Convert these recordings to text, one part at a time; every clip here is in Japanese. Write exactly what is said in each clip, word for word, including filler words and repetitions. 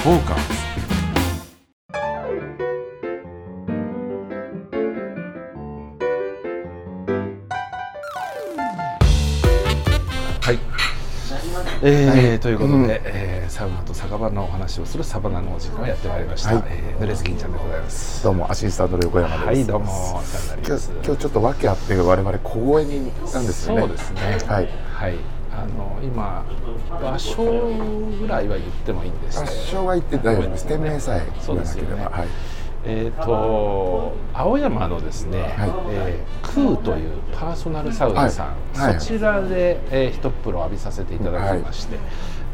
フォーカス。はい、えーはい、ということで、うんえー、サウナと酒場のお話をするサバナのお時間がやってまいりました。はい、えー、濡れず銀ちゃんでございます。 どうもアシスタントの横山です。 はい、どうもお世話になります。 今日、今日ちょっと訳あって我々小声に行ったんですよね。 そうですね。 はい。 はい。あの今場所ぐらいは言ってもいいんですけど。 場所は言って大丈夫です。店名さえ言わなければ。ねはい。 えー、と青山のですね、はいえー、クーというパーソナルサウナさん、はい、そちらで、えー、一風呂浴びさせていただきまして、はい、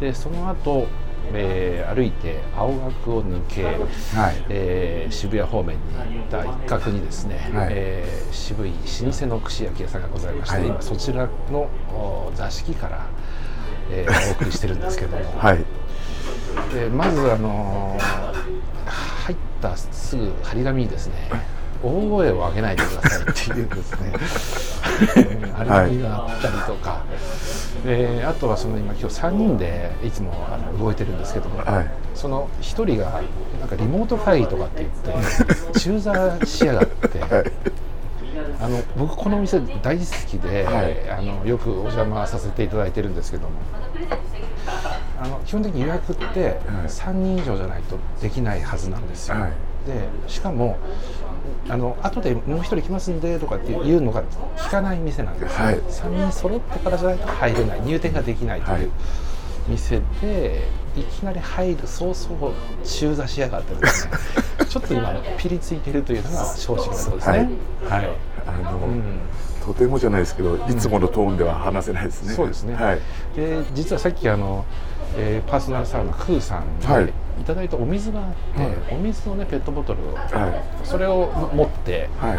でその後、えー、歩いて青学を抜け、はいえー、渋谷方面に行った一角にですね、はいえー、渋い老舗の串焼き屋さんがございまして、はい、今そちらの座敷から、えー、お送りしてるんですけども、はい、でまずあのー入ったすぐ張り紙にですね大声を上げないでくださいっていうですね張り紙があったりとか、はいえー、あとはその今今日さんにんでいつもあの動いてるんですけども、はい、そのひとりがなんかリモート会議とかって言って中座しやがって、はい、あの僕このお店大好きで、はい、あのよくお邪魔させていただいてるんですけどもあの基本的に予約ってさんにん以上じゃないとできないはずなんですよ、はい、でしかもあの後でもう一人来ますんでとかっていうのが聞かない店なんですよ、はい、さんにん揃ってからじゃないと入れない入店ができないという店で、いきなり入る早々中座しやがってですねちょっと今ピリついてるというのが正直なところですね、はいはい、 あの、うんとてもじゃないですけどいつものトーンでは話せないですね、 うん、そうですね、はい、で実はさっきあの、えー、パーソナルサウナクーさんでいただいたお水があって、はい、お水のねペットボトルを、はい、それを持って、はい、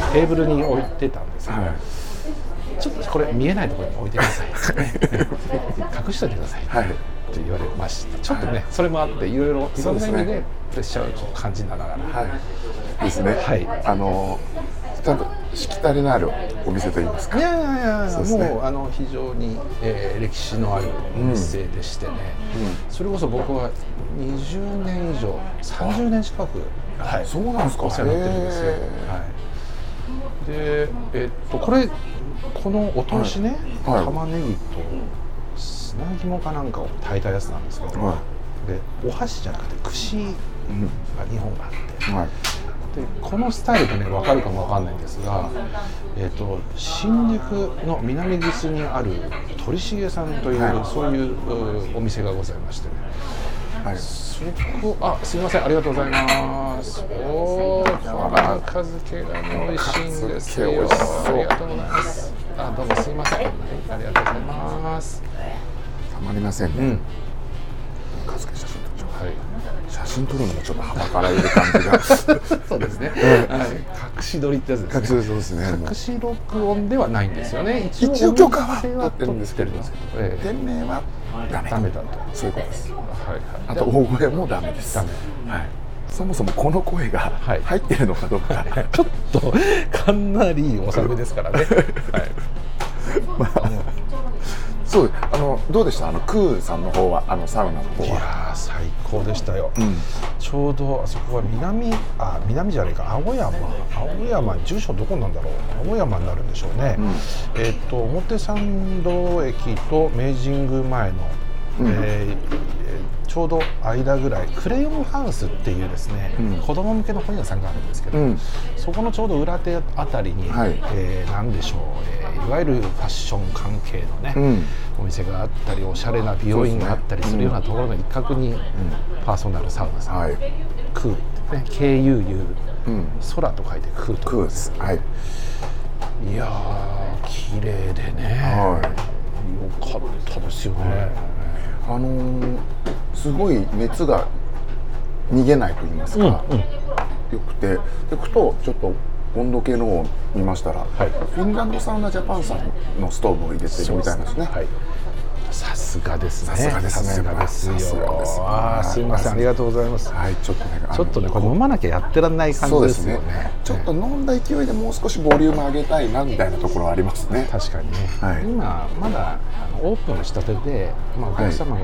テーブルに置いてたんですけど、はい、ちょっとこれ見えないところに置いてください隠しといてください、はい、って言われました。ちょっとね、はい、それもあっていろいろいろんな意味でプレッシャーをちょっと感じながら、 はい、ですね、はい、あのちゃんとしきたりのあるお店といいますか。 いやいやいや、ね、もうあの非常に、えー、歴史のあるお店でしてね、うんうん、それこそ僕はにじゅうねん以上さんじゅうねん近く、 はい、そうなんですか。 お世話になってるんですよ、はい、で、えっとこれこのお通しね、はい、玉ねぎと砂肝かなんかを炊いたやつなんですけど、はい、でお箸じゃなくて串がにほんあって、はいでこのスタイルでね分かるかも分かんないんですが、えー、と新宿の南口にある鳥重さんという、はい、そういうお店がございましてね、はい、そこあすいませんありがとうございます。おーあ赤漬けがね美味しいんですよ。ありがとうございます。あどうもすいません、はい、ありがとうございます。 たまりませんね、うん、赤漬け写真撮っちゃう、はい、写真撮るのもちょっとはばかられる感じがそうですね、はい、隠し撮りってやつですね。 隠し撮りそうですね。 隠し録音ではないんですよね。 一応許可は取ってるんですけど、 ええ、 店名はダメダメだとそういうことです、はいはい、あと大声もダメです。 ダメ、はい、 そもそもこの声が入ってるのかどうか、はい、 ちょっとかなりおさめですからね、はいまあ、そうあのどうでしたあのクーさんの方はあのサウナの方は。 いや最高でしたよ、うん、ちょうどあそこは南あ南じゃないか青山青山住所どこなんだろう青山になるんでしょうね、うん、えっと表参道駅と明治神宮前の、うんえー、ちょうど間ぐらいクレヨンハウスっていうですね、うん、子供向けの本屋さんがあるんですけど、うん、そこのちょうど裏手あたりに、はいえー、何でしょう、えー、いわゆるファッション関係のね、うんお店があったりおしゃれな美容院があったりするようなところの一角に、うん、パーソナルサウナさん、はい、クーってね ケーユーユー、うん、空と書いてクーとクーです、はい、 いやー綺麗でね、はい、よかったですよね、はい、 あのー、すごい熱が逃げないと言いますか、うんうん、よくてでふとちょっと温度計の方を見ましたら、はい、フィンランドサウナジャパンさんのストーブを入れてるみたいですね。 さすがですね。 さすがですね。 さすがですよ。ああすみませんありがとうございます。 はいちょっとねちょっとねこれ飲まなきゃやってらんない感じですよね。 そうですね。ちょっと飲んだ勢いでもう少しボリューム上げたいなみたいなところはありますね。 確かにね。はい、今まだオープンしたてで、まあ、お客様が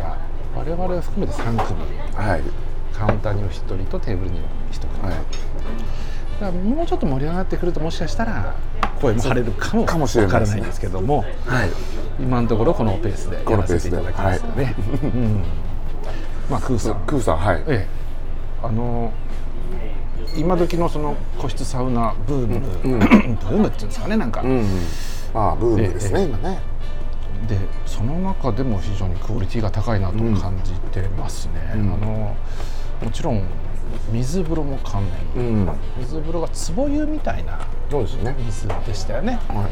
我々は含めてさんくみ、はい、カウンターにもひとりとテーブルにもひとくみ、はい、だからもうちょっと盛り上がってくるともしかしたら声も張れるかもわからないんですけども、はい、今のところこのペースでやらせていただきますよね、はいうん、まあクーさんクーさんはい、ええ、 あの今時のその個室サウナブーム、うんうん、ブームっていうんですかねなんか、うんうん、 まあブームですね、ええ、今ねでその中でも非常にクオリティが高いなと感じてますね、うん、あのもちろん水風呂も完璧、うん、水風呂が壺湯みたいな水でしたよね、はい、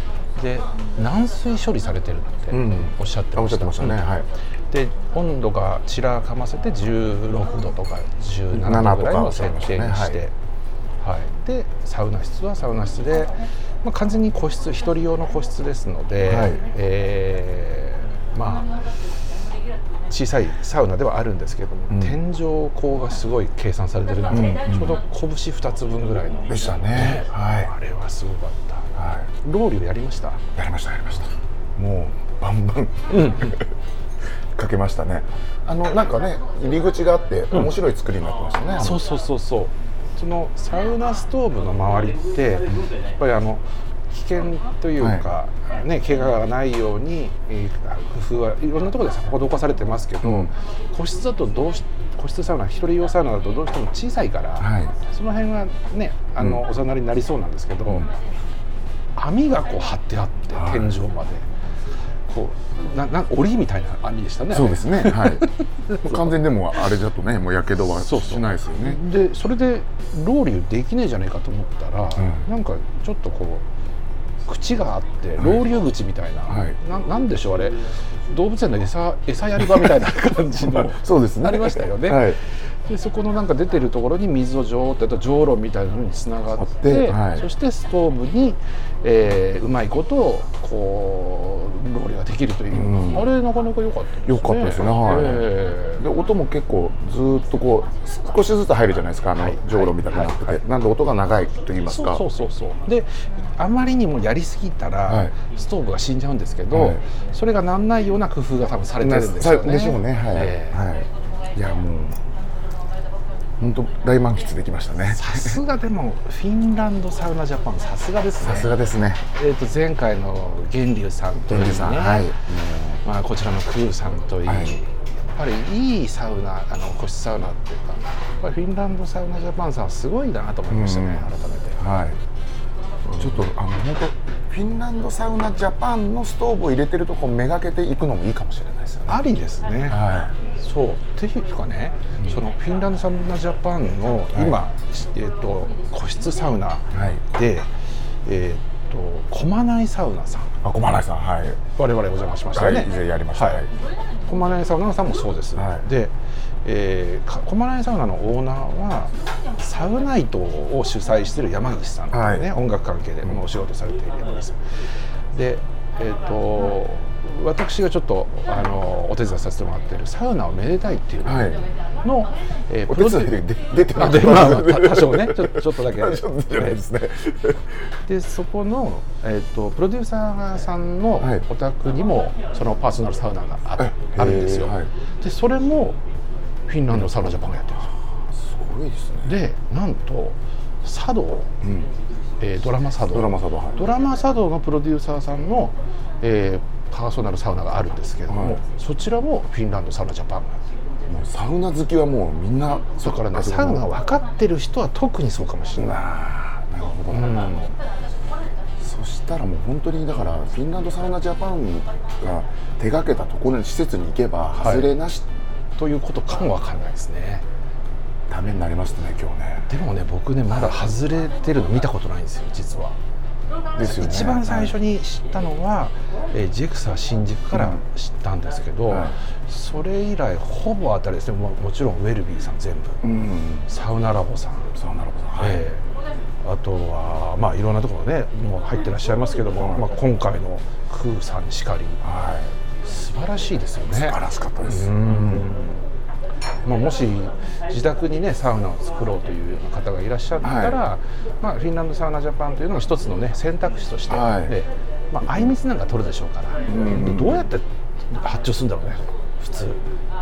で軟水処理されてるっておっしゃってました、うん、おっしゃってましたね、はい、で温度がちらかませてじゅうろくどとかじゅうななどぐらいの設定にして、ねはいはい、でサウナ室はサウナ室で、まあ、完全に個室一人用の個室ですので、はいえー、まあ小さいサウナではあるんですけども、うん、天井高がすごい計算されてるので、うん、ちょうど拳ふたつぶんぐらいのでしたね、はい、 あれはすごかった、はい、ロウリュやりましたやりましたやりましたもうバンバン、うん、かけましたねあのなんかね入り口があって面白い作りになってましたね、うん、 そうそうそうそうそのサウナストーブの周りってやっぱりあの危険というか、はいね、怪我がないように、えー、工夫はいろんなところで施されてますけど、うん、個室だとどうし個室サウナ一人用サウナだとどうしても小さいから、はい、その辺はねあの、うん、おざなりになりそうなんですけど、うん、網がこう張ってあって、はい、天井までこうなな檻みたいな網でしたねそうですね、はい、完全にでもあれだとねもうやけどはしないですよねでそれでロウリュできねえじゃねえかと思ったら、うん、なんかちょっとこう口があってロウリュ口みたいな、はい、な, なんでしょうあれ動物園の 餌, 餌やり場みたいな感じのそうです、ね、 ありましたよね、はい、でそこのなんか出てるところに水をジョーってとじょうろみたいなのにつながって、はい、そしてストーブに、えー、うまいことをこうロウリュができるという、うん、あれなかなか良かったですね良かったですね、はいえー、で音も結構ずっとこう少しずつ入るじゃないですかあの、はい、じょうろみたいになってて、はいはい、なんで音が長いと言いますかそうそうそうそうであまりにもやりすぎたら、はい、ストーブが死んじゃうんですけど、はい、それがなんないような工夫が多分されてるんですよねでしょうねはい、えーはい、いやもう本当大満喫できましたねさすがでもフィンランドサウナジャパンさすがですねさすがですね、 えー、と前回の源流さんといいね、はいまあ、こちらのクーさんといい、はい、やっぱりいいサウナあの個室サウナっていうかやっぱりフィンランドサウナジャパンさんはすごいなと思いましたね、うん、改めてはいちょっとあの本当フィンランドサウナジャパンのストーブを入れてるとこめがけていくのもいいかもしれないですよねありですね、はい、そうっていうかね、うん、そのフィンランドサウナジャパンの今、はいえー、と個室サウナで、はいえー、と駒内サウナさんあ駒内さんはい我々お邪魔しましたよね、はい、 以前やりました、はい、 駒内サウナさんもそうです、はい、でえー、駒内サウナのオーナーはサウナイトを主催している山岸さん、ねはい、音楽関係でお仕事されている山岸さんで、えー、と私がちょっとあのお手伝いさせてもらっているサウナをめでたいっていうの、はいえー、プロデュース出てます、まあ、多少ねちょ、ちょっとだけちょっとじゃないですねでそこの、えー、とプロデューサーさんのお宅にもそのパーソナルサウナが あ, あるんですよ、はい、でそれもフィンランドサウナジャパンがやってるんですよすごいですねでなんと茶道、うんえー、ドラマ茶道ドラマ茶道、はい、 ドラマ茶道のプロデューサーさんの、えー、パーソナルサウナがあるんですけれども、はい、そちらもフィンランドサウナジャパンがもうサウナ好きはもうみんなだからねサウナ分かってる人は特にそうかもしれないなるほど、うん、そしたらもう本当にだからフィンランドサウナジャパンが手掛けたところに施設に行けば外れなし、はいということかもわかんないですねためになりましたね今日ねでもね僕ねまだ外れてるの見たことないんですよ実はですよね、一番最初に知ったのは、はいえー、ジェクサ新宿から知ったんですけど、うんはい、それ以来ほぼ当たりですね も, もちろんウェルビーさん全部、うん、サウナラボさんサウナラボさん、はいえー、あとはまあいろんなところねもう入ってらっしゃいますけども、はいまあ、今回のクーさんしかり、はい素晴らしいですよね素晴らしかったですうんまあ、もし自宅にねサウナを作ろうというような方がいらっしゃったら、はいまあ、フィンランドサウナジャパンというのも一つのね選択肢として、はいでまあ、相水なんか取るでしょうから、うん、どうやって発注するんだろうね普通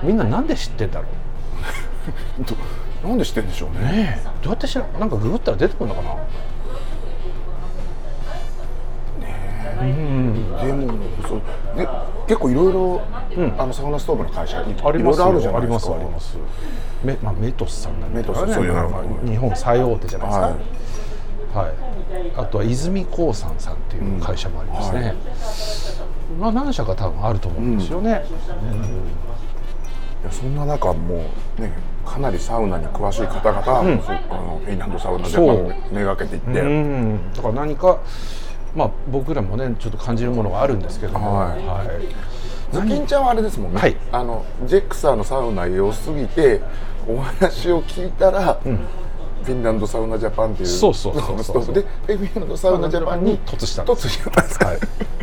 みんななんで知ってんだろうなんで知ってんでしょうね。 ねえ、どうやって知らなんかググったら出てくるのかな。ねえ、うん、でもそうで結構いろいろあのサウナストーブの会社いろいろあるじゃないですか。 ありますあります。メ、まあ、メトスさんなんだけどね、 メトス、そういうの日本最大手じゃないですか。はいはい、あとは泉興産さんっていう会社もありますね、うんはい、まあ何社か多分あると思うんですよね、うんうん、いやそんな中もうねかなりサウナに詳しい方々、うん、あのフィンランドサウナジャパンめがけていって、うん、 だから何か、まあ、僕らもねちょっと感じるものがあるんですけども、はいはい、 ズキンちゃんはあれですもんね、はい、あのジェクサーのサウナ良すぎてお話を聞いたら、うんフィンランドサウナジャパンっていうそうそうそうそうそうでフィンランドサウナジャパンに突したんです。 突したんですか、はい、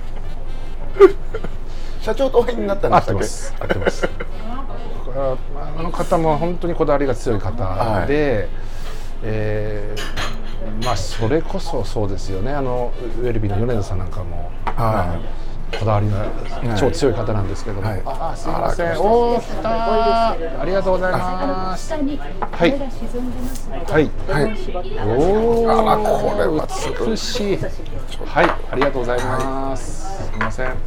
社長とお会いになったんでしたっけ。合ってます合ってますあの方も本当にこだわりが強い方で、はいえー、まあそれこそそうですよね。あのウェルビーの米田さんなんかも、はいこだわりが超強い方なんですけども、はい、ああすいません。おお来たありがとうございます。はいはいはいおおあこれは美しいはいありがとうございます、はい、すみません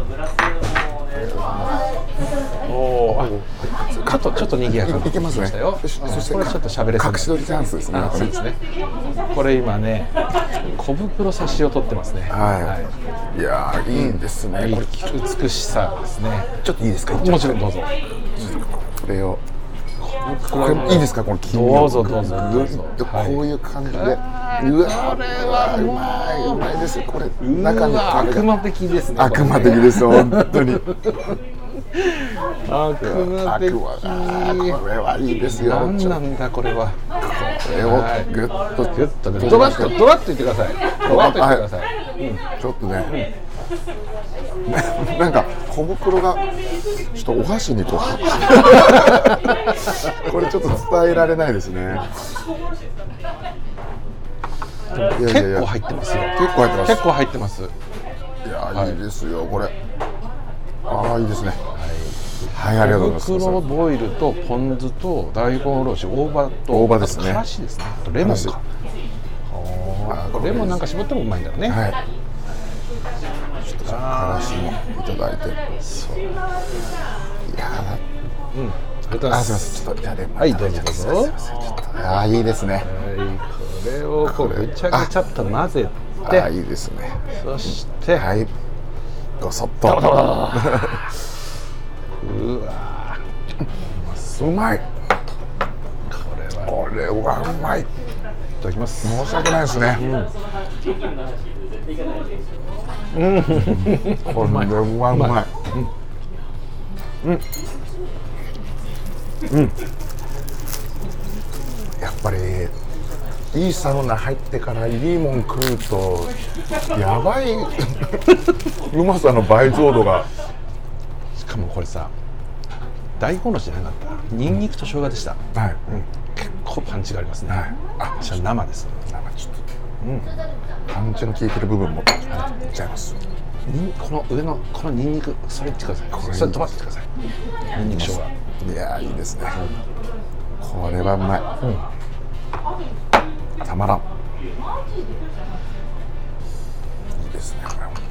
おおちょっとちょっと賑やかになってきましたよ。そしてこれちょっと喋れそうな隠し撮りチャンスですね。 そうですね。これ今ね小袋差しを取ってますね。 はい。いやいいですね。 これ美しさですね。 ちょっといいですか。 もちろんどうぞ。 これをこれいいですか。この金どうぞどうぞどうぞ。 こういう感じで。うわこれはうまいうまいです。これ中に悪魔的ですね。 悪魔的です本当に。 悪魔的。これはいいですよ。 何なんだこれは。これをグッとグッとドバッとドバッと言ってください。ドバッと言ってください。 ちょっとね。なんか小袋がちょっとお箸にこうこれちょっと伝えられないですね。 いやいやいや結構入ってますよ。 結構入ってます。 結構入ってます。 いや、はい、いいですよこれ。ああいいですね。はい、はい、ありがとうございます。 小袋ボイルとポン酢と大根おろし、大葉と大葉ですね。 からしですね。あとレモンか。レモンなんか絞ってもうまいんだろうね。はい。 ちょっとからしもいただいて。そういやー、うん。 ありがとうございます。 ちょっとじゃあレモンはいどうぞどうぞ。 ああいいですね。はいこれをこうぐちゃぐちゃっと混ぜて。 あいいですね。 そしてはいごそっと。うわうまい。 これはこれはうまい。いただきます。 申し訳ないですね。うん。これはうまい。うん。うん。やっぱりいいサウナ入ってからいいもん食うとやばいうまさの倍増度が。 しかもこれさ大根おろしじゃなかったニンニクと生姜でした、はいうん、結構パンチがありますね、はい、あじゃあ生です生ちょっと、うん、パンチの効いてる部分もいっちゃいます。 この上のこのニンニクそれいってください。それ飛ばしてください。ニンニク生姜いやいいですね、うん、これはうまい、うん、たまらん。いいですね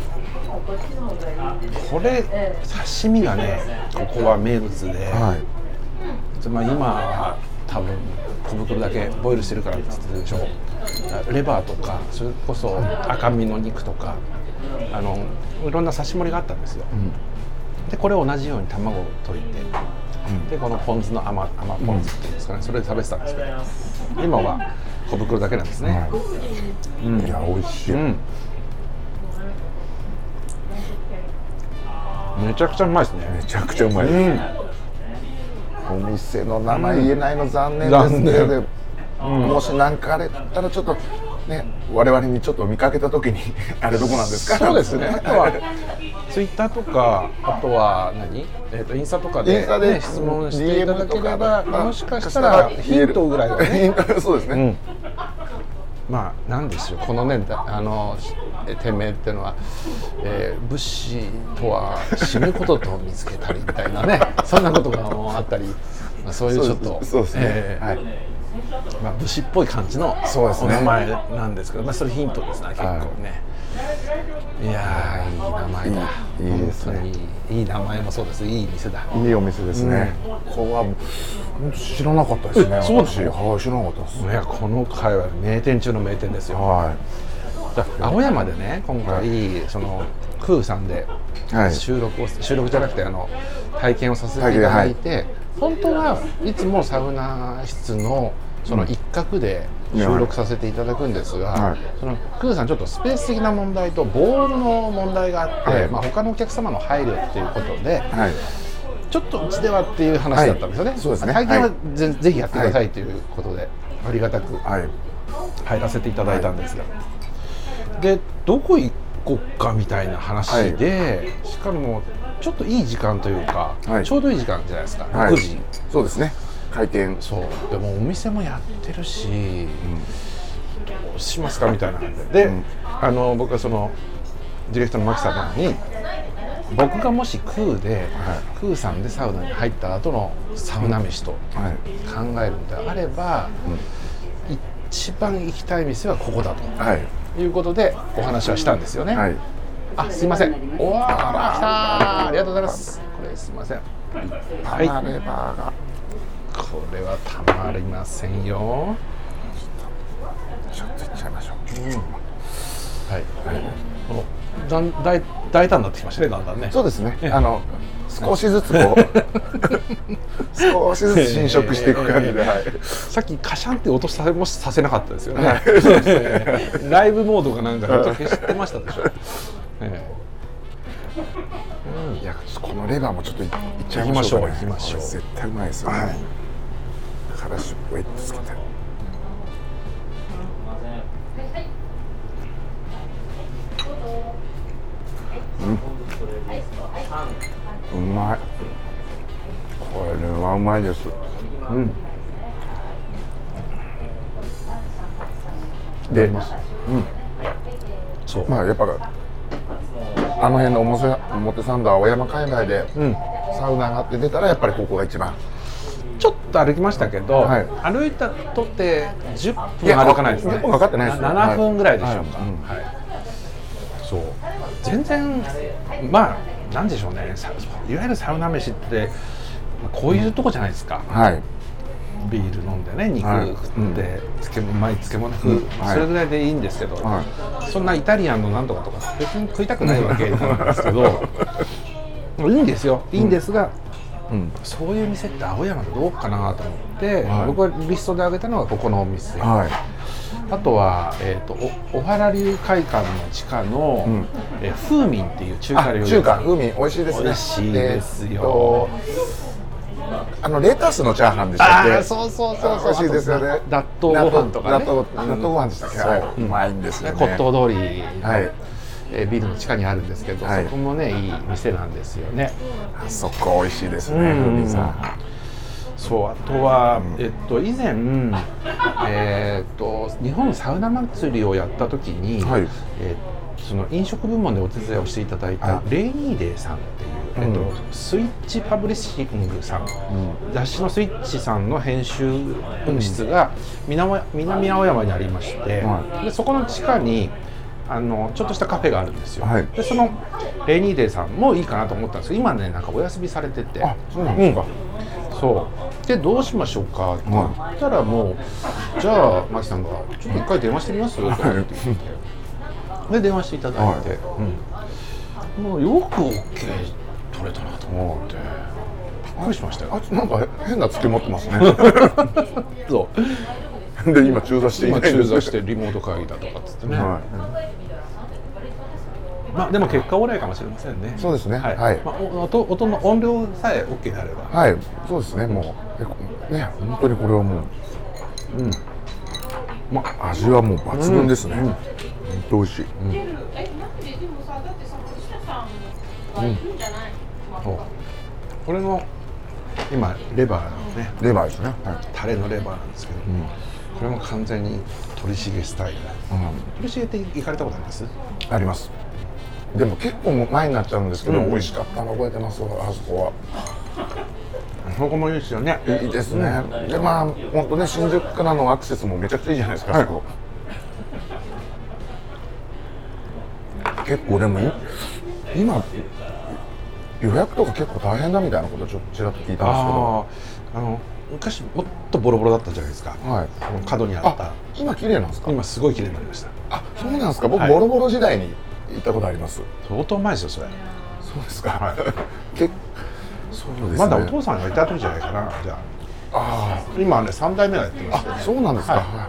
これ刺身がねここは名物で、はい、まあ今は多分小袋だけボイルしてるからって言ってるでしょ。レバーとかそれこそ赤身の肉とかあのいろんな刺し盛りがあったんですよ、うん、でこれを同じように卵を溶いて、うん、でこのポン酢の甘甘ポン酢っていうんですかね、それで食べてたんですけど今は小袋だけなんですね、はいうん、いや美味しい、うんめちゃくちゃうまいですね。 めちゃくちゃうまいです、うん、お店の名前言えないの残念ですね、うん、もし何かあれだったらちょっとね我々にちょっと見かけた時にあれどこなんですか。 そうですね。あとはツイッターとかあとは何、えー、とインスタとかで、ね、で質問していただければもしかしたらヒントぐらいはねそうですね、うん、 まあなんでしょうこのねあの店名っていうのは、えー、武士とは死ぬことと見つけたりみたいなねそんなことがあったり、まあ、そういうちょっとそうですね、えーはいまあ、武士っぽい感じのお名前なんですけど、まあ、それヒントですね結構ね、はい、いやーいい名前だ。 いい、いいですね。 いい、いい名前もそうです。いい店だ。 いいお店ですね。うん、ここは知らなかったですね。 そうですよ。 はい、知らなかったです。 いやこの界は名店中の名店ですよ。はい。青山でね今回、はい、そのクーさんで収録を、はい、収録じゃなくてあの体験をさせていただいて、はい、本当はいつもサウナ室のその一角で収録させていただくんですが、はい、そのクーさんちょっとスペース的な問題とボールの問題があって、はい、まあ、他のお客様の配慮っていうことで、はい、ちょっとうちではっていう話だったんですよね、はい、そうですね、体験は ぜ,、はい、ぜひやってくださいということで、ありがたく入らせていただいたんですが、はい、でどこ行こっかみたいな話で、はい、しかもちょっといい時間というか、はい、ちょうどいい時間じゃないですか、はい、ろくじ、 そうですね、開店。 そうでもお店もやってるし、うん、どうしますかみたいな感じで、で、うん、あの僕はそのディレクターの牧さんに僕がもしクーで、はい、クーさんでサウナに入った後のサウナ飯と考えるのであれば、うん、一番行きたい店はここだと、はい、いうことでお話はしたんですよね、はい、あ、すいません、おわー、来たー、ありがとうございます。これすいません、 はい、レバーがこれはたまりませんよ。 ちょっといっちゃいましょう、うん、はい、 はい、だんだい大胆になってきましたね、だんだんね。 そうですね、あの少しずつこう少しずつ侵食していく感じで、はい、 さっきカシャンって音さもさせなかったですよね、はい、ライブモードがなんか消してましたでしょ、ええ、うん、いやこのレバーもちょっといっちゃいましょうか、ね、 行きましょう、 絶対うまいですよね、はい、からしウェットつけて、うん、うまい、これはうまいです、うん、で、うん、そう、まあやっぱあの辺の表、表参道青山界隈で、うん、サウナがあって出たらやっぱりここが一番。 ちょっと歩きましたけど、はい、歩いたとってじゅっぷん歩かないですね。じゅっぷんかかってないですね。ななふんぐらいでしょうか。はいはい、はい、そう、全然まあなんでしょうね。いわゆるサウナ飯ってこういうとこじゃないですか。はい。ビール飲んでね、肉食って、はい、漬物、うまい漬物食う、うん、それぐらいでいいんですけど、はい、そんなイタリアンのなんとかとか別に食いたくないわけなんですけどいいんですよ、いいんですが、うん、そういう店って青山でどうかなと思って、はい、僕はリストで挙げたのがここのお店、はい、あとは、えーと、お小原流会館の地下の、うん、え風民っていう中華料理、 中華風民美味しいですね。 美味しいですよ、えーあのレタスのチャーハンでしたっけ？ あ、そうそうそうそう、 美味しいですよね。 納豆ご飯とかね、 納豆ご飯でしたっけ？はい、うまいんですよね。 骨董通り、はい、えー、ビルの地下にあるんですけど、はい、そこもねいい店なんですよね。 あそこ美味しいですね、ふみさん。 そう、あとは、うん、えっと以前、えー、っと日本サウナ祭りをやった時に、はい、えー、その飲食部門でお手伝いをしていただいた、はい、レイニーデーさんっていう、えっと、スイッチパブリッシングさん、うん、雑誌のスイッチさんの編集室が 南, 南青山にありまして、はい、でそこの地下にあのちょっとしたカフェがあるんですよ、はい、でそのレイニーデーさんもいいかなと思ったんですけど、今ねなんかお休みされてて、 あ、そうなんですか、 うん、そうでどうしましょうかって言ったら、もう、はい、じゃあマキさんがちょっと一回電話してみます、はい、と言ってで電話していただいて、はい、うん、もうよく OK取れたなと思ってびっくりしましたよ。 あ、なんか変なつけ持ってますねそうで今中座していないんです今中座してリモート会議だとかっつってね、はい、まあでも結果オーライかもしれませんね。 そうですね、はい、はい、 まあ、音, 音の音量さえ OK であれば、 はい、そうですね、もうね、本当にこれはもう、うん、まあ味はもう抜群ですね、うん、本当美味しい、うん、うん、 これの今レバーのね、 レバーですね、はい、 タレのレバーなんですけど、 これも完全に鳥重スタイル、うん、鳥重って行かれたことあります？ あります。でも結構前になっちゃうんですけど、うん、美味しかったの覚えてますわ、あそこは。 そこもいいですよね。 いいですね、うん、でまあ本当ね、新宿からのアクセスもめちゃくちゃいいじゃないですか、はい、そこ結構でも今予約とか結構大変だみたいなことをちょっとちらっと聞いたんですけど、ああの昔もっとボロボロだったじゃないですか、はい、角にあった。 今綺麗なんですか？ 今すごい綺麗になりました。 あ、そうなんですか。僕、はい、ボロボロ時代に行ったことあります。 相当前ですよそれ。 そうですか、はい、結そうですね、 まだお父さんがいた時じゃないかな。じゃあ、あ今ねさん代目がやってますよね。 あ、そうなんですか、はい、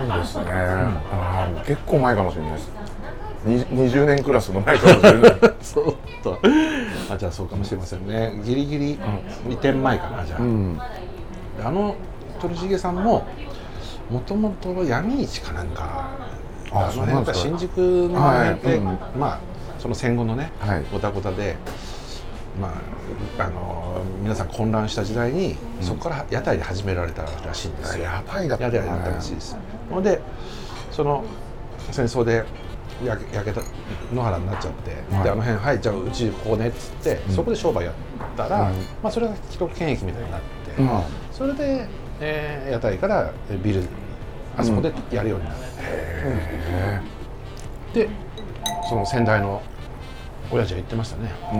そうですね、うん、あ結構前かもしれないです。にじゅうねんクラスの前かもしれないそうとあ、じゃあそうかもしれませんね。ギリギリにてんまえかな。じゃあ、うん、あの鳥重さんももともと闇市かなんか、ああそうなんですか。新宿の辺で、はいうん、まあその戦後のね、はい、ごたごたで、まああの皆さん混乱した時代に、うん、そこから屋台で始められたらしいんですよ。 屋台だった、 屋台だったらしいです。のでその戦争で焼け、焼けた野原になっちゃって、はい、であの辺はいじゃあうちここねっつって、うん、そこで商売やったら、うん、まあそれが既得権益みたいになって、うん、それで、えー、屋台からビルあそこでやるようになって、うん、でその先代の親父が言ってましたね。うん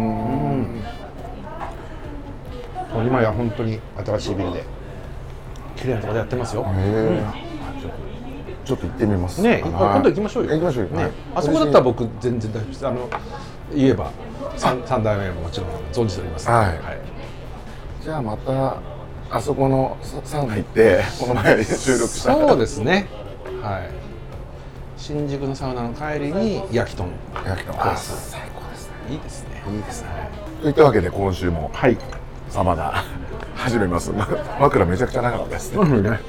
、うん、今や本当に新しいビルで綺麗なところでやってますよ。 ちょっと行ってみますね。今度行きましょうよ。 行きましょうよ、ね、 あそこだったら僕全然大丈夫です。あの言えば三代目ももちろん存じております、はいはい、 じゃあまたあそこのサウナ行ってこの前収録したそうですね、はい、新宿のサウナの帰りに焼き豚焼き豚、あ、最高ですね。 いいですね、 いいですね。といったわけで今週もはいサバナ始めます。枕めちゃくちゃ長かったですね、うんね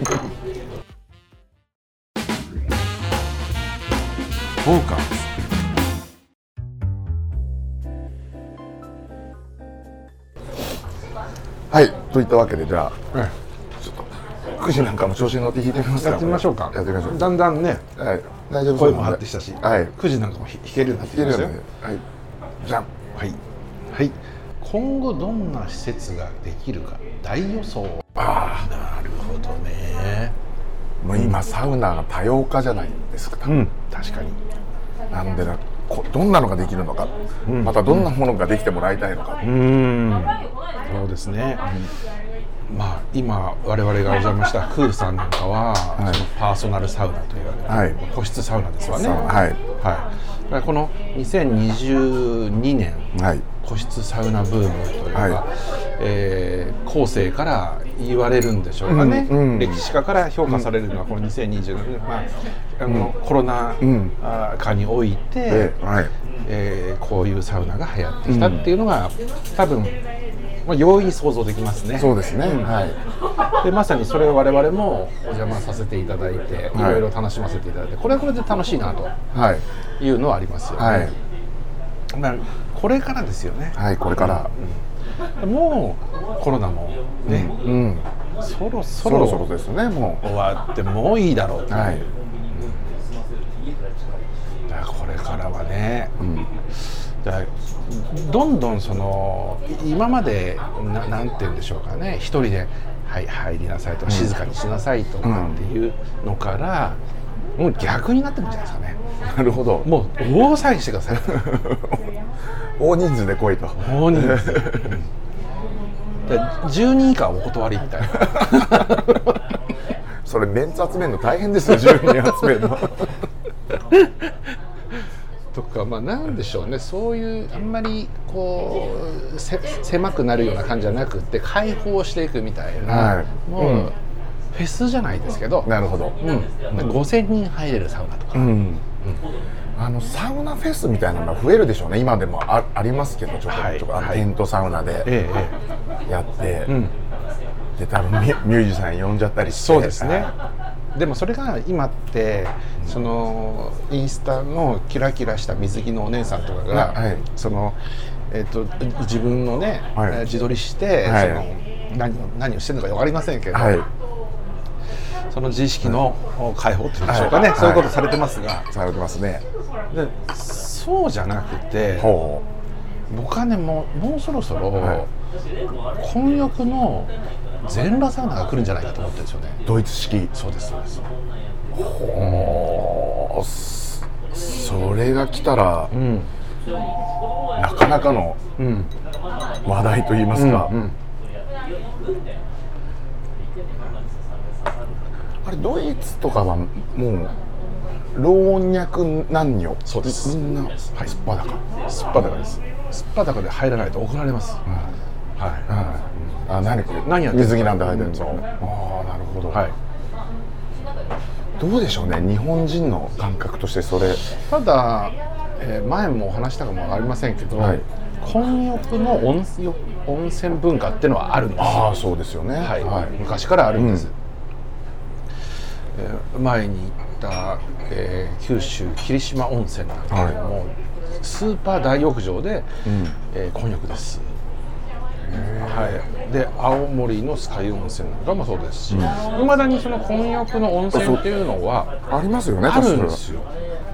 フォーカス。はい、といったわけでじゃあ、はい、ちょっとくじなんかも調子に乗って弾いてみますか。 やってみましょうか。 やってみましょう。 だんだんね、 はい、大丈夫声も張ってきたし、 はい、 くじなんかも弾けるようになってきましたよ。 はい、じゃん。 はい、はい。今後どんな施設ができるか大予想。ああ、なるほどね。 もう今、うん、サウナが多様化じゃないですか。 うん、確かに。 なのでなどんなのができるのか、うん、またどんなものができてもらいたいのか、 うん、そうですね、うん、まあ今我々がお邪魔したクーさんなんかは、はい、そのパーソナルサウナという、はい、個室サウナですわね、はいはい、だからこのにせんにじゅうにねん、はい、個室サウナブームというか、はいえー、後世から言われるんでしょうかね、うんうん、歴史家から評価されるのはこのにせんにじゅうねん、まあ、あのうん、コロナ禍において、うんはいえー、こういうサウナが流行ってきたっていうのが、うん、多分、まあ、容易に想像できますね。 そうですね、うんはい、 でまさにそれを我々もお邪魔させていただいて、はい、いろいろ楽しませていただいて、これはこれで楽しいなというのはありますよね、はいまあ、これからですよね。 はい、これから、 うん、もうコロナもね、うんうん、そろそろそろそろですね、もう終わってもういいだろうと、はい、だからこれからはね、うん、だどんどんその今まで な, なんて言うんでしょうかね、一人で、はい、入りなさいとか、うん、静かにしなさいとかっていうのから、うん、もう逆になってるんじゃないですかね。 なるほど。 もう大騒ぎしてください大人数で来いと。 大人数、うん、じゅうにん以下はお断りみたいなそれメンツ集めるの大変ですよ、じゅうにん集めるのとか、まあなんでしょうね、そういうあんまりこうせ狭くなるような感じじゃなくて開放していくみたいな、はい、もう、うん、フェスじゃないですけど、 なるほど、 うん、ごせんにん入れるサウナとか、うんうんあのサウナフェスみたいなのが増えるでしょうね。今でも あ, ありますけど、ちょっと、はい、ちょっとあのテントサウナでやって、ええうん、で多分 ミ, ミュージシャン呼んじゃったりして。 そうですね、はい、でもそれが今ってそのインスタのキラキラした水着のお姉さんとかが、はい、その、えー、と自分のね、はい、自撮りして、はい、その何を何をしてるのか分かりませんけど、 はい、 その自意識の解放っていうんでしょうかね、はい、そういうことされてますが、 されてますね。 でそうじゃなくて、ほう僕はねもう、もうそろそろ、はい、混浴の全裸サウナが来るんじゃないかと思ってるんですよね。 ドイツ式。そうですそうです。ほう、それが来たら、うん、なかなかの話題といいますか、うんうんうん、あれドイツとかはもう老若男女、 そうです、 みんな、はい、すっぱだかすっぱだかです。すっぱだかで入らないと怒られます、うん、はい、 はい、あ、何これ、 何やってる水着なんて入ってるんですか、 うん、 ああ、なるほど、 はい、 どうでしょうね、日本人の感覚としてそれ。 ただ、えー、前もお話したかもありませんけど、はい、混浴の 温, 温泉文化っていうのはあるんですよ。 ああ、そうですよね、はいはい、昔からあるんです、うん、えー、前に行った、えー、九州霧島温泉なんていうのも、はい、スーパー大浴場で、うん、えー、混浴です。はい、で青森の酸ヶ湯温泉なんかもそうですし、いま、うん、だにその混浴の温泉っていうのはありますよね。 あるんですよ。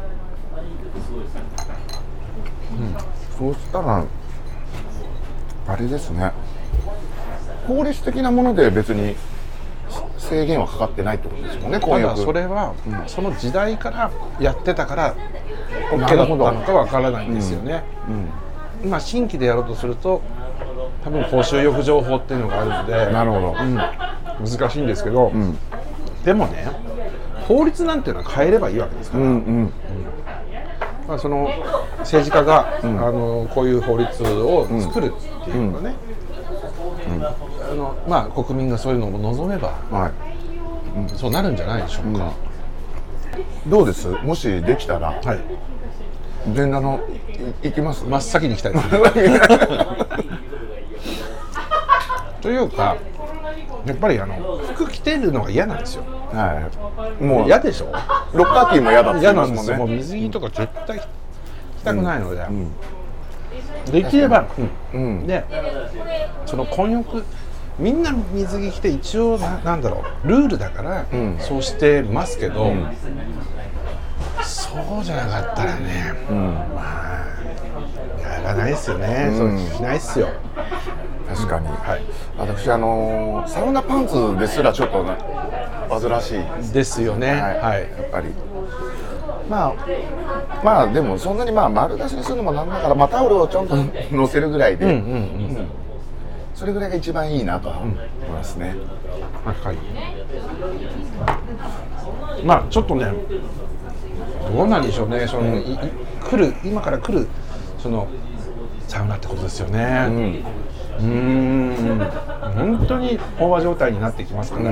うん、そうしたらあれですね、法律的なもので別に制限はかかってないってことですもんね。 ただそれは、うん、その時代からやってたから OK だったのかわからないんですよね、うんうん、今新規でやろうとすると多分公衆浴場法っていうのがあるので、 なるほど、うん、 難しいんですけど、うん、でもね、法律なんていうのは変えればいいわけですから、うんうんうん、まあ、その政治家が、うん、あのこういう法律を作るっていうのがね、うんうん、あのまあ、国民がそういうのを望めば、はい、うん、そうなるんじゃないでしょうか、 うん、どうです？もしできたら、はい、全裸のい行きます？ 真っ先に行きたいですというか、やっぱりあの服着てるのが嫌なんですよ、はい、もう嫌でしょ。 ロッカーキーも嫌だって言いますもんね。 嫌なんですよ。もう水着とか絶対着たくないので、うんうん、できれば、うん、でその混浴みんな水着着て一応 な, なんだろうルールだから、うん、そうしてますけど、うん、そうじゃなかったらね、うん、まあやらないですよね、うん、そうしないっすよ。 確かに、はい、私あのー、サウナパンツですらちょっと煩わしいですよね、はいはい、 やっぱりまあまあでもそんなにまあ丸出しにするのもなんだから、まあ、タオルをちょんと乗せるぐらいで、うんうんうんうん、それぐらいが一番いいなと思いますね、 うん、はい、まあちょっとねどうなんでしょうね、その、うん、い来る今から来るそのサウナってことですよね、うん、うーん本当に飽和状態になってきますから、うん、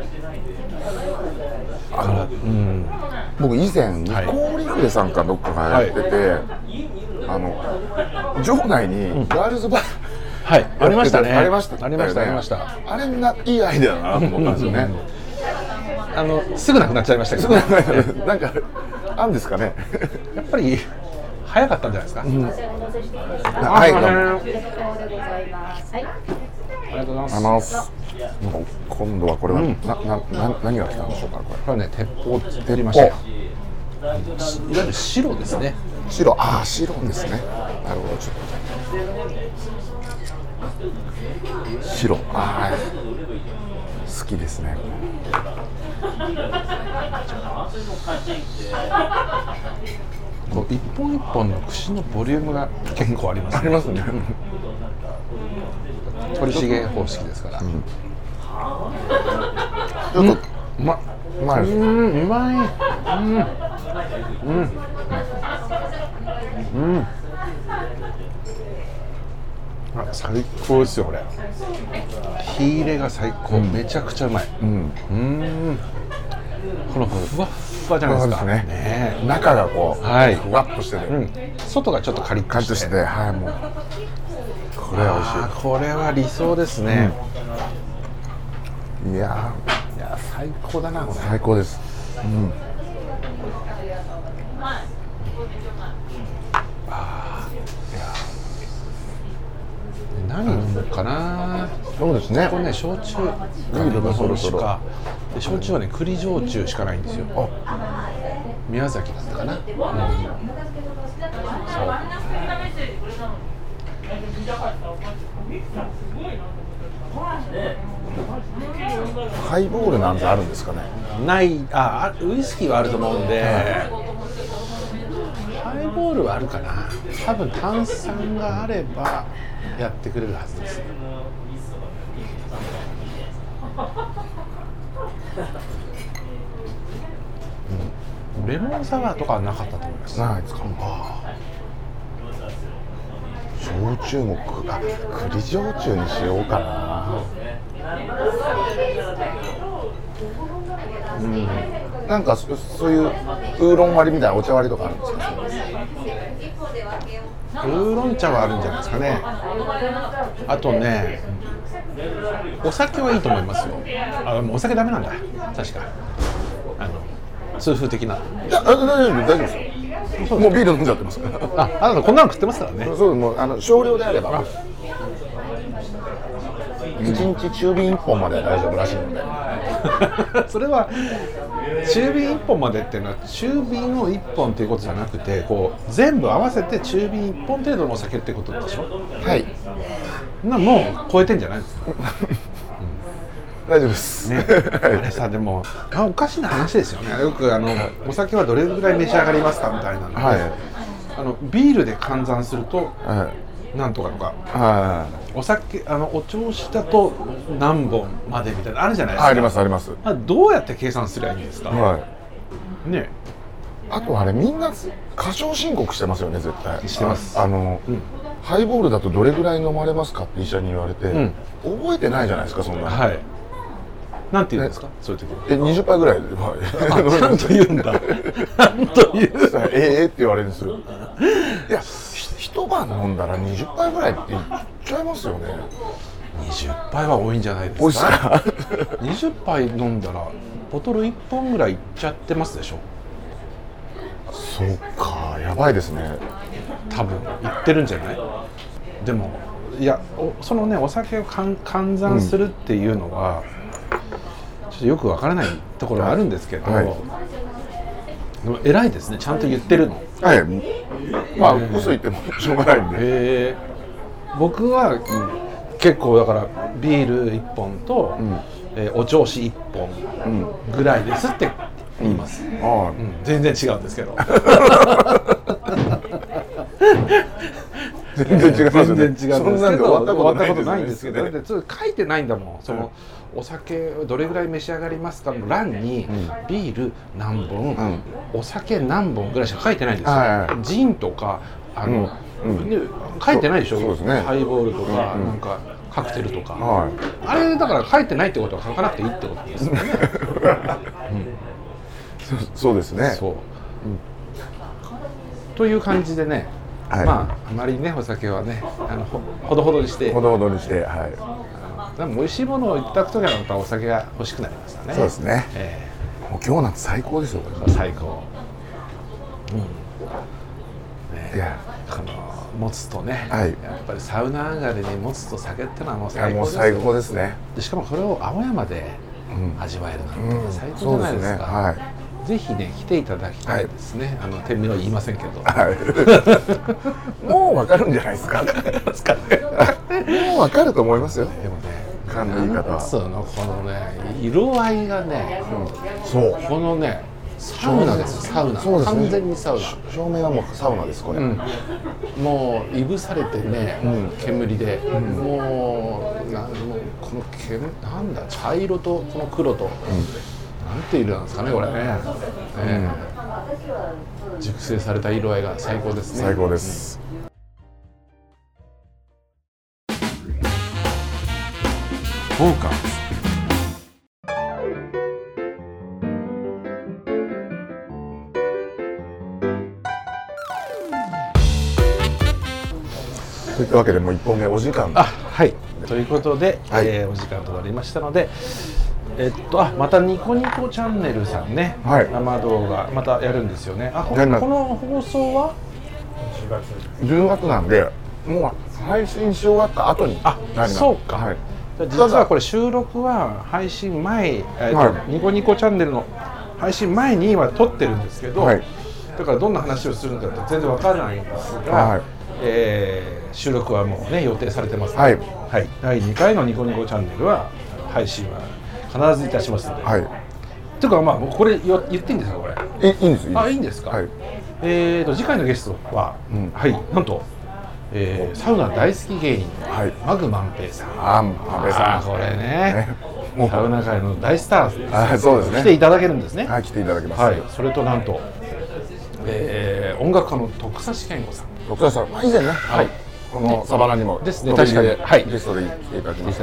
あの、うん、僕以前ニコーリフレさんかどっかがやってて、はい、あの場内にガールズバー、うん、 はい、ありましたね。 ありました。 ありました。ありました。 あれないいアイデアだなと思ったんですよね。 あのすぐなくなっちゃいましたけど、ね、 なんかあるんですかね。 やっぱり早かったんじゃないですか。うん、はい、 どうも。 ありがとうございます。 今度はこれは、うん、ななな何が来たんでしょうか。これ。 これはね鉄砲って言いましたよ。いわゆる白ですね。 白、ああ白ですね。なるほど、ちょっと白、ああ好きですね。 こう一本一本の串のボリュームが結構ありますね。 ありますね。 鳥茂方式ですから。うん、 ちょっとうまうまいです。うん、うまい。うん。うん。うん。あ、最高ですよこれ。火入れが最高、うん、めちゃくちゃうまい。うん。うん。このふわっふわじゃないですか。そうですね。ね、 中がこう、はい、ふわっとしてて、うん、 外がちょっとカリッとして、 して、はい、もうこれは美味しい。 これは理想ですね。 うん、いやいや最高だなこれ。最高です。うん。 何飲もうかな。 そうですね。 ここね、焼酎、ビールの方しか、で焼酎はね、栗焼酎しかないんですよ。宮崎だったかな。うん、そう。 ハイボールなんてあるんですかね。 ない、あ、ウイスキーはあると思うんで、ハイボールはあるかな。多分炭酸があればやってくれるはずです。うん、レモンサワーとかはなかったと思います。 ないですか。焼酎もあ、栗焼酎にしようかな。うん、なんか そ, そういうウーロン割りみたいなお茶割りとかあるんですか。 ウーロン茶はあるんじゃないですかね。あとね、お酒はいいと思いますよ。あ、もうお酒ダメなんだ確か。あの痛風的な。 いや、大丈夫大丈夫ですよ。もうビール飲んじゃってますから。 あ、あなたこんなの食ってますからね。 そう、もうあの少量であればいちにち中瓶いっぽんまでは大丈夫らしいのでそれは中瓶いっぽんまでっていうのは中瓶をいっぽんっていうことじゃなくて、こう全部合わせて中瓶いっぽん程度のお酒ってことでしょ。 はい。 なもう超えてんじゃないですか。 大丈夫ですね。 あれさ、でもあおかしな話ですよね。よくあのお酒はどれぐらい召し上がりますかみたいなので、はい、あのビールで換算すると、はい、なんとかとか、はい、お酒あのお調子だと何本までみたいなあるじゃないですか。 ありますあります。 どうやって計算すればいいんですか。はい、ね。 あとあれみんな過少申告してますよね絶対。 してます。 あ, あの、うん、ハイボールだとどれぐらい飲まれますかって医者に言われて、うん、覚えてないじゃないですかそんなの。はい。なんて言うんですか、ね、そういう時。え、にじゅっぱいぐらいで、はい、 ちゃんと言うんだ。ちゃんと言う。 ええって言われるんですよ。いや、一晩飲んだらにじゅっぱいぐらいって言っちゃいますよね。 にじゅっぱいは多いんじゃないですか。にじゅっぱい飲んだらボトルいっぽんぐらいいっちゃってますでしょ。 そうか、やばいですね。 多分いってるんじゃない。でもいや、そのねお酒を換算するっていうのは、うん、ちょっとよくわからないところはあるんですけど、はい、でも偉いですね、ちゃんと言ってるの。 はい、まあ嘘言ってもしょうがないんで。 へー。僕は、うん、結構だからビールいっぽんと、うん、えー、お調子いっぽんぐらいですって言います、うん、あ、うん、全然違うんですけど全然違いますね。 全然違うんですけど、終わったことないんですけど、だって書いてないんだもん。その、うん、お酒どれぐらい召し上がりますかの欄に、うん、ビール何本、うん、お酒何本ぐらいしか書いてないんですよ、はいはい、ジンとかあの、うんうん、書いてないでしょ。そうですね。ハイボールとか、うんうん、なんかカクテルとか、はい、あれだから書いてないってことは書かなくていいってことですよね、 うん、そ, そうですね。そう、うん、 という感じでね、はい、まああまりねお酒はねあの ほ, ほどほどにしてほどほどにして、はい、 でも美味しいものをいただくときはやっぱお酒が欲しくなりましたね。 そうですね、えー、もう今日なんて最高ですよ。 最高、うんね、いやこの持つとね、はい、やっぱりサウナ上がりに持つと酒ってのはもう最高ですよ。 いやもう最高ですね。 でしかもこれを青山で味わえるなんて、うん、最高じゃないですか、うん、そうですね、はい、ぜひね来ていただきたいですね、はい、あの店名は言いませんけど、はい、もう分かるんじゃないですか。もう分かると思いますよ。 でもね、 勘の言い方はそのこのね色合いがね、うん、そうこのねサウナです。サウナ、そうですね、完全にサウナ。 照明はもうサウナですこれ、うん、 もういぶされてね、うん、煙で、うん、もうなんもうこの煙なんだ茶色とこの黒と、うん、なんて色なんですかねこれね、うんね、熟成された色合いが最高ですね。 最高です、 うん、フォーカスというわけでもういっぽんめお時間。 あ、はいということで、はい、えー、お時間となりましたので、えっとあまたニコニコチャンネルさんね、はい、生動画またやるんですよね。あこの放送はじゅうがつなんでもう配信し終わった後にあなります。 そうか、 はい、 実はこれ収録は配信前、えーとはい、ニコニコチャンネルの配信前には撮ってるんですけど、はい、だからどんな話をするんだって全然わからないんですが、はい、えー、収録はもうね予定されてますので、はいはい、だいにかいのニコニコチャンネルは配信は必ずいたしますので、はい、というかまあこれ言っていいんですかこれ？ えいいんです。 あいいんですか。はい、えーと次回のゲストは、うん、はいなんと、えー、サウナ大好き芸人、はい、マグ万平さん。 あ万平さんこれねサウナ界の大スターです。 あそうですね。 来ていただけるんですね。 はい来ていただきます。 はい、それとなんと、えー、音楽家の徳佐健吾さん。 徳佐さん、まあ、以前ね、はい、このサバナにもですね確かにはいゲストで来ていただきました。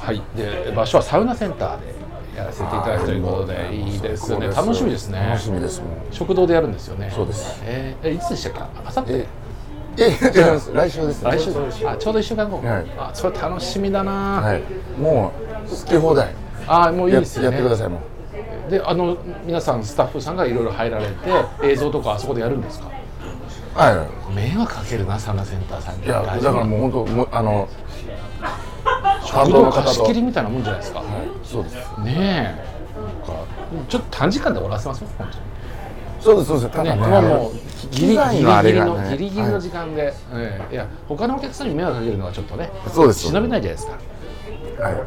はい。で場所はサウナセンターでやらせていただくということでいいですね。楽しみですね。 楽しみです。もう食堂でやるんですよね。 そうです。 えー、いつでしたか？あさって。 ええ来週ですね。 来週あちょうどいっしゅうかんご。はい、あそれ楽しみだな。はい。 もう好き放題。 あもういいですよね。 やってくださいもう。であの皆さんスタッフさんがいろいろ入られて映像とかあそこでやるんですか？ はい。 迷惑かけるなサウナセンターさんに。 いやだからもう本当もあの食堂貸し切りみたいなもんじゃないですか。 はい、そうです。 ねえ。ちょっと短時間で終わらせますよ本当に。 そうですそうです。ただね、 ねもうギリギリのギリギリの時間で、はいえー、いや他のお客さんに迷惑かけるのはちょっとね、 そうです忍びないじゃないですか。はい。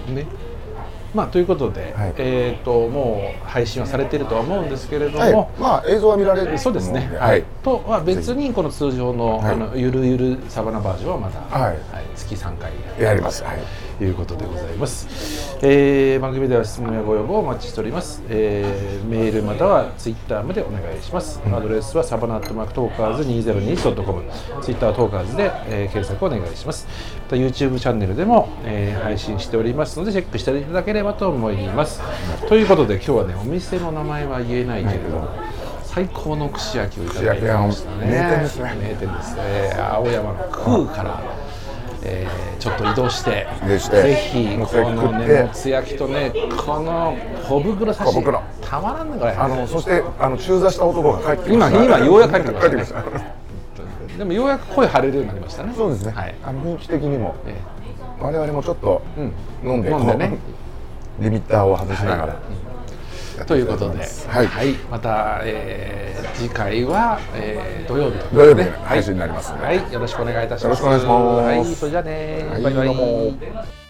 ね。まあということで、はい、えっともう配信はされているとは思うんですけれども、はい、 まあ映像は見られるそうですね。はい。とは別にこの通常の、はい、あのゆるゆるサバナバージョンはまた、はいはい、月さんかいやります。はい。 ということでございます、えー、番組では質問やご要望をお待ちしております、えー、メールまたはツイッターまでお願いします、うん、アドレスはサバナアットマークトーカーズにせんにじゅうにドットコムツイッターはトーカーズで、えー、検索お願いします。また YouTube チャンネルでも、えー、配信しておりますのでチェックしていただければと思います、うん、ということで今日はねお店の名前は言えないけれども、はい最高の串焼きをいただきましたね。 名店ですね。 名店です。えー、青山の空から、えー、ちょっと移動してぜひこのねもつ焼きとねこの小袋刺したまらんねこれ。 あのそしてあの中座した男が帰ってきました。 今今ようやく帰ってきましたね。でもようやく声張れるようになりましたね。 そうですね。はい、あの雰囲気的にも、えー、我々もちょっと飲んで、うん、飲んでねリミッターを外しながら。はいということで、はいはい、また、えー、次回は、えー、土曜日と、 ね、土曜日配信になりますので、 はい、よろしくお願いいたします。 よろしくお願いします。 はい、それじゃあね、はい、バイバイ。